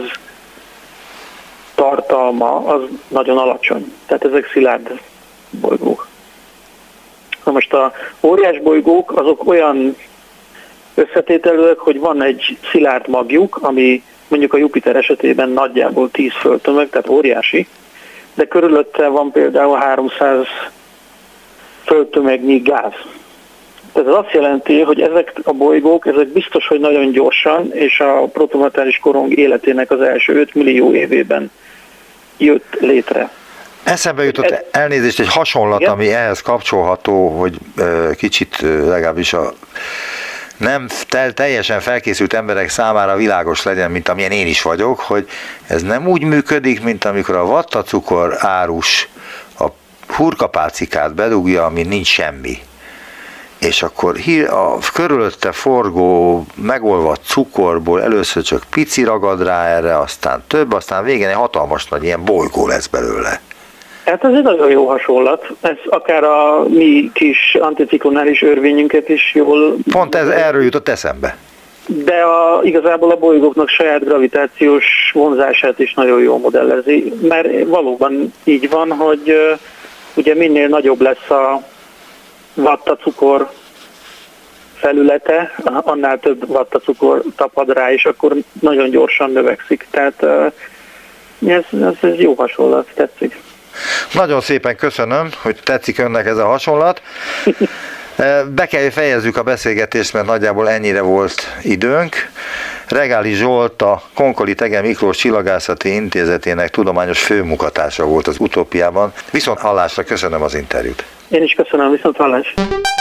tartalma az nagyon alacsony. Tehát ezek szilárd bolygók. Na most a óriás bolygók azok olyan összetételőek, hogy van egy szilárd magjuk, ami mondjuk a Jupiter esetében nagyjából tíz földtömeg, tehát óriási, de körülötte van például háromszáz földtömegnyi gáz. Tehát ez azt jelenti, hogy ezek a bolygók, ezek biztos, hogy nagyon gyorsan, és a protoplanetáris korong életének az első öt millió évében jött létre. Eszembe jutott elnézést egy hasonlat, igen? Ami ehhez kapcsolható, hogy kicsit legalábbis a nem teljesen felkészült emberek számára világos legyen, mint amilyen én is vagyok, hogy ez nem úgy működik, mint amikor a vattacukor árus a hurkapálcikát bedugja, ami nincs semmi. És akkor a körülötte forgó, megolvadt cukorból először csak pici ragad rá erre, aztán több, aztán végén egy hatalmas nagy ilyen bolygó lesz belőle. Hát ez egy nagyon jó hasonlat. Ez akár a mi kis anticiklonális örvényünket is jól... Pont ez, erről jutott eszembe. De a, igazából a bolygóknak saját gravitációs vonzását is nagyon jól modellezi, mert valóban így van, hogy uh, ugye minél nagyobb lesz a vattacukor felülete, annál több vattacukor tapad rá, és akkor nagyon gyorsan növekszik. Tehát uh, ez, ez egy jó hasonlat, tetszik. Nagyon szépen köszönöm, hogy tetszik önnek ez a hasonlat. Be kell, hogy fejezzük a beszélgetést, mert nagyjából ennyire volt időnk. Regáli Zsolt, a Konkoli Thege Miklós Csillagászati Intézetének tudományos főmunkatársa volt az Utópiában. Viszont hallásra, köszönöm az interjút. Én is köszönöm, viszont hallás.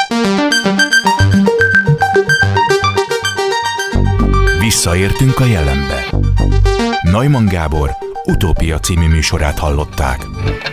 Visszaértünk a jelenbe. Neumann Gábor Utópia című műsorát hallották.